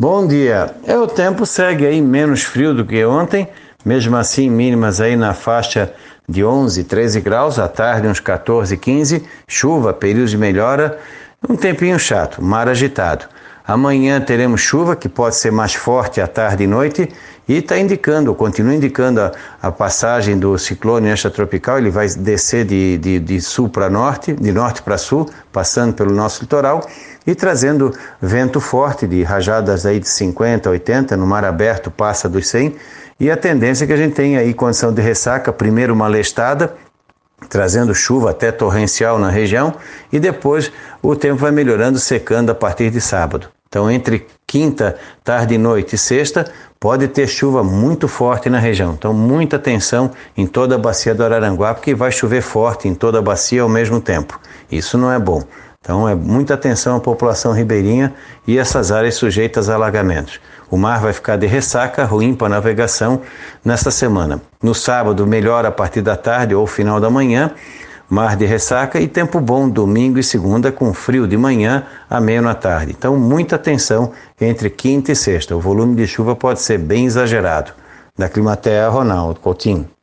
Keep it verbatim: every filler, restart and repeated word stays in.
Bom dia. É, o tempo segue aí menos frio do que ontem, mesmo assim mínimas aí na faixa de onze, treze graus, à tarde uns quatorze, quinze, chuva, período de melhora, um tempinho chato, mar agitado. Amanhã teremos chuva, que pode ser mais forte à tarde e noite, e está indicando, continua indicando a, a passagem do ciclone extratropical. Ele vai descer de, de, de sul para norte, de norte para sul, passando pelo nosso litoral e trazendo vento forte de rajadas aí de cinquenta, oitenta, no mar aberto passa dos cem, e a tendência é que a gente tenha aí condição de ressaca, primeiro uma lestada, trazendo chuva até torrencial na região, e depois o tempo vai melhorando, secando a partir de sábado. Então, entre quinta, tarde e noite e sexta, pode ter chuva muito forte na região. Então, muita atenção em toda a bacia do Araranguá, porque vai chover forte em toda a bacia ao mesmo tempo. Isso não é bom. Então, é muita atenção à população ribeirinha e essas áreas sujeitas a alagamentos. O mar vai ficar de ressaca, ruim para a navegação nesta semana. No sábado, melhora a partir da tarde ou final da manhã, mar de ressaca, e tempo bom domingo e segunda, com frio de manhã a meio na tarde. Então, muita atenção entre quinta e sexta. O volume de chuva pode ser bem exagerado. Da Climatea, Ronaldo Coutinho.